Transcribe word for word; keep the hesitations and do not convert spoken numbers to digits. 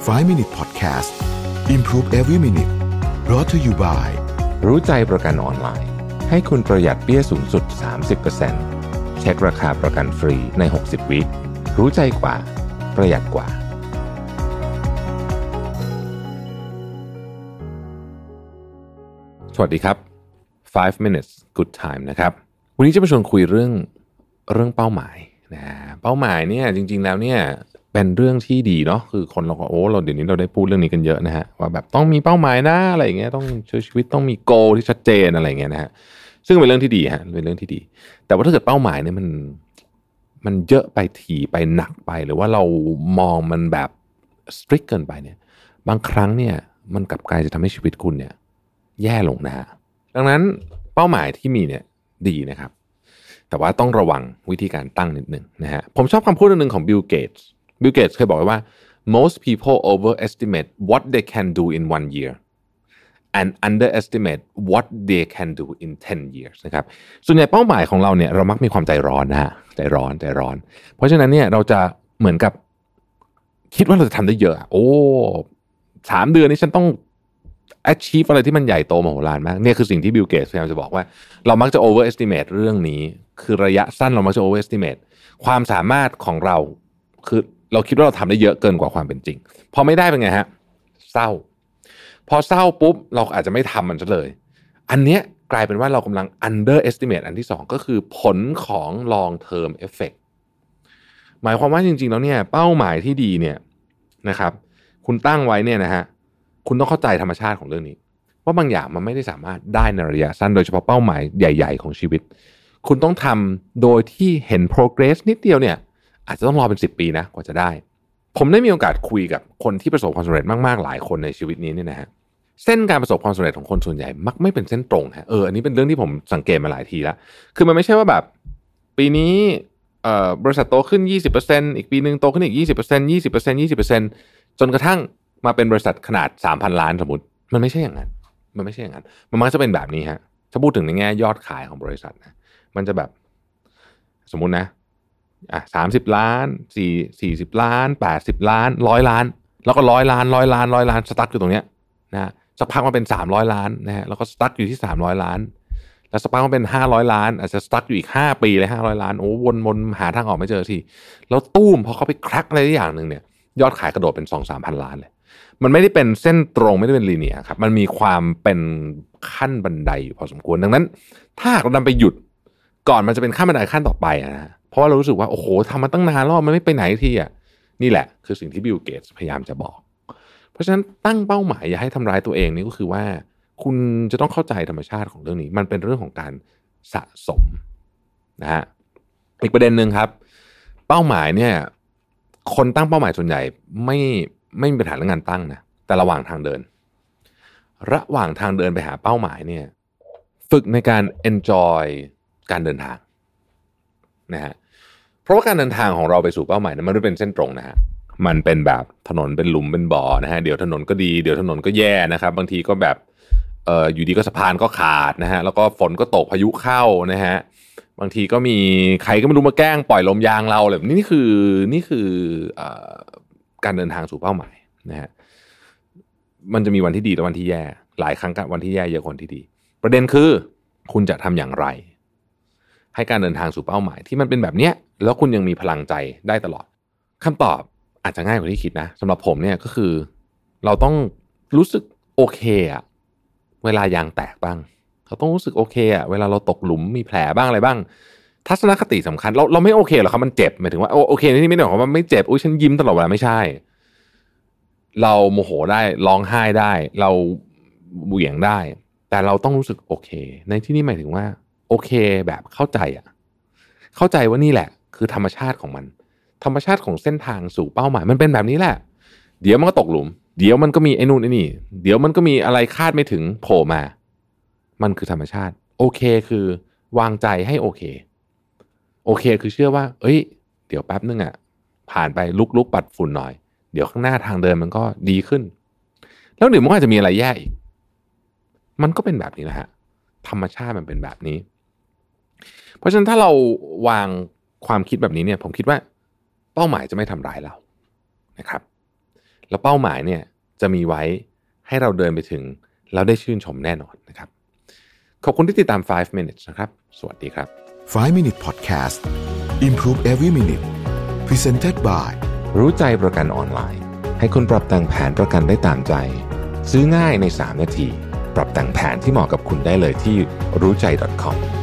five minute podcast Improve every minute brought to you by รู้ใจประกันออนไลน์ให้คุณประหยัดเบี้ยสูงสุด สามสิบเปอร์เซ็นต์ เช็คราคาประกันฟรีในหกสิบวิรู้ใจกว่าประหยัดกว่าสวัสดีครับ five minutes good time นะครับวันนี้จะมาชวนคุยเรื่องเรื่องเป้าหมายนะเป้าหมายเนี่ยจริงๆแล้วเนี่ยเป็นเรื่องที่ดีเนาะคือคนเราก็โอ้เราเดี๋ยวนี้เราได้พูดเรื่องนี้กันเยอะนะฮะว่าแบบต้องมีเป้าหมายนะอะไรอย่างเงี้ยต้องใช้ชีวิตต้องมีโกที่ชัดเจนอะไรอย่างเงี้ยนะฮะซึ่งเป็นเรื่องที่ดีฮะเป็นเรื่องที่ดีแต่ว่าถ้าเกิดเป้าหมายเนี่ยมันมันเยอะไปถี่ไปหนักไปหรือว่าเรามองมันแบบสตริกเกินไปเนี่ยบางครั้งเนี่ยมันกลับกลายจะทำให้ชีวิตคุณเนี่ยแย่ลงนะฮะดังนั้นเป้าหมายที่มีเนี่ยดีนะครับแต่ว่าต้องระวังวิธีการตั้งนิดนึงนะฮะผมชอบคำพูดนึงของบิลเกตส์บิลเกตส์เคยบอกไว้ว่า most people overestimate what they can do in one year and underestimate what they can do in ten years นะครับส่วนใหญ่เป้าหมายของเราเนี่ยเรามักมีความใจร้อนนะฮะใจร้อนใจร้อนเพราะฉะนั้นเนี่ยเราจะเหมือนกับคิดว่าเราจะทำได้เยอะโอ้สามเดือนนี้ฉันต้อง achieve อะไรที่มันใหญ่โตมโหฬารมากเนี่ยคือสิ่งที่บิลเกตส์พยายามจะบอกว่าเรามักจะ overestimate เรื่องนี้คือระยะสั้นเรามักจะ overestimate ความสามารถของเราคือเราคิดว่าเราทำได้เยอะเกินกว่าความเป็นจริงพอไม่ได้เป็นไงฮะเศร้าพอเศร้าปุ๊บเราอาจจะไม่ทำมันซะเลยอันเนี้ยกลายเป็นว่าเรากำลัง underestimate อันที่สองก็คือผลของ long term effect หมายความว่าจริงๆแล้วเนี่ยเป้าหมายที่ดีเนี่ยนะครับคุณตั้งไว้เนี่ยนะฮะคุณต้องเข้าใจธรรมชาติของเรื่องนี้ว่าบางอย่างมันไม่ได้สามารถได้ในระยะสั้นโดยเฉพาะเป้าหมายใหญ่ๆของชีวิตคุณต้องทำโดยที่เห็น progress นิดเดียวเนี่ยอาจจะต้องรอเป็นสิบปีนะกว่าจะได้ผมได้มีโอกาสคุยกับคนที่ประสบความสำเร็จมากๆหลายคนในชีวิตนี้เนี่ยนะฮะเส้นการประสบความสำเร็จของคนส่วนใหญ่มักไม่เป็นเส้นตรงฮะเอออันนี้เป็นเรื่องที่ผมสังเกตมาหลายทีแล้วคือมันไม่ใช่ว่าแบบปีนี้เอ่อบริษัทโตขึ้น ยี่สิบเปอร์เซ็นต์ อีกปีนึงโตขึ้นอีก ยี่สิบเปอร์เซ็นต์ ยี่สิบเปอร์เซ็นต์ ยี่สิบเปอร์เซ็นต์ จนกระทั่งมาเป็นบริษัทขนาด สามพัน ล้านสมมุติมันไม่ใช่อย่างนั้นมันไม่ใช่อย่างนั้นมันมักจะเป็นแบบนี้ฮะถ้าพูดถึงในแง่ยอดขายของบริษัทนะมันจะแบบสมมุตินะอ่ะสามสิบล้านสี่ สี่สิบล้านแปดสิบล้านหนึ่งร้อยล้านแล้วก็หนึ่งร้อยล้านหนึ่งร้อยล้านหนึ่งร้อยล้านสตั๊กอยู่ตรงเนี้ยนะสักพักมันเป็นสามร้อยล้านนะฮะแล้วก็สตั๊กอยู่ที่สามร้อยล้านแล้วสักพักมันเป็นห้าร้อยล้านอาจจะสตั๊กอยู่อีกห้าปีเลยห้าร้อยล้านโอ้วนๆหาทางออกไม่เจอทีแล้วตู้มพอเขาไปแคร็กอะไรได้อย่างนึงเนี่ยยอดขายกระโดดเป็น สองถึงสามพัน ล้านเลยมันไม่ได้เป็นเส้นตรงไม่ได้เป็นลีเนียร์ครับมันมีความเป็นขั้นบันไดอยู่พอสมควรดังนั้นถ้าหากเรานำไปหยุดก่อนมันจะเป็นขั้นบันไดขั้นต่อไปนะเพราะว่าเรารู้สึกว่าโอ้โหทำมาตั้งนานแล้วมันไม่ไปไหนทีอ่ะนี่แหละคือสิ่งที่บิลเกตส์พยายามจะบอกเพราะฉะนั้นตั้งเป้าหมายอย่าให้ทำร้ายตัวเองนี่ก็คือว่าคุณจะต้องเข้าใจธรรมชาติของเรื่องนี้มันเป็นเรื่องของการสะสมนะฮะอีกประเด็นหนึ่งครับเป้าหมายเนี่ยคนตั้งเป้าหมายส่วนใหญ่ไม่ไม่มีปัญหาเรื่องการตั้งนะแต่ระหว่างทางเดินระหว่างทางเดินไปหาเป้าหมายเนี่ยฝึกในการ enjoy การเดินทางนะฮะเพราะว่าการเดินทางของเราไปสู่เป้าหมายนั้นมันไม่เป็นเส้นตรงนะฮะมันเป็นแบบถนนเป็นหลุมเป็นบ่อนะฮะเดี๋ยวถนนก็ดีเดี๋ยวถนนก็แย่นะครับบางทีก็แบบเอ่ออยู่ดีก็สะพานก็ขาดนะฮะแล้วก็ฝนก็ตกพายุเข้านะฮะบางทีก็มีใครก็ไม่รู้มาแกล้งปล่อยลมยางเราอะไรแบบนี้นี่คือนี่คือเอ่อการเดินทางสู่เป้าหมายนะฮะมันจะมีวันที่ดีและวันที่แย่หลายครั้งวันที่แย่เยอะกว่าวันที่ดีประเด็นคือคุณจะทำอย่างไรให้การเดินทางสู่เป้าหมายที่มันเป็นแบบเนี้ยแล้วคุณยังมีพลังใจได้ตลอดคำตอบอาจจะง่ายกว่าที่คิดนะสำหรับผมเนี่ยก็คือเราต้องรู้สึกโอเคอะเวลายางแตกบ้างเราต้องรู้สึกโอเคอะเวลาเราตกหลุมมีแผลบ้างอะไรบ้างทัศนคติสำคัญเราเราไม่โอเคหรอกครับมันเจ็บหมายถึงว่าโอเคนี่ไม่ได้หมายความว่าไม่เจ็บอุ้ยฉันยิ้มตลอดเวลาไม่ใช่เราโมโหได้ร้องไห้ได้เราเหวี่ยงได้แต่เราต้องรู้สึกโอเคในที่นี้หมายถึงว่าโอเคแบบเข้าใจอ่ะเข้าใจว่านี่แหละคือธรรมชาติของมันธรรมชาติของเส้นทางสู่เป้าหมายมันเป็นแบบนี้แหละเดี๋ยวมันก็ตกหลุมเดี๋ยวมันก็มีไอ้นู่นไอ้นี่เดี๋ยวมันก็มีอะไรคาดไม่ถึงโผล่มามันคือธรรมชาติโอเคคือวางใจให้โอเคโอเคคือเชื่อว่าเอ้ยเดี๋ยวแป๊บนึงอ่ะผ่านไปลุกๆปัดฝุ่นหน่อยเดี๋ยวข้างหน้าทางเดินมันก็ดีขึ้นแล้วเดี๋ยวมันก็อาจจะมีอะไรแย่อีกมันก็เป็นแบบนี้นะฮะธรรมชาติมันเป็นแบบนี้เพราะฉะนั้นถ้าเราวางความคิดแบบนี้เนี่ยผมคิดว่าเป้าหมายจะไม่ทำร้ายเรานะครับแล้วเป้าหมายเนี่ยจะมีไว้ให้เราเดินไปถึงแล้วได้ชื่นชมแน่นอนนะครับขอบคุณที่ติดตามไฟว์ minutes นะครับสวัสดีครับไฟว์ minute podcast Improve every minute Presented by รู้ใจประกันออนไลน์ให้คุณปรับแต่งแผนประกันได้ตามใจซื้อง่ายในสามนาทีปรับแต่งแผนที่เหมาะกับคุณได้เลยที่รู้ใจ ดอท คอม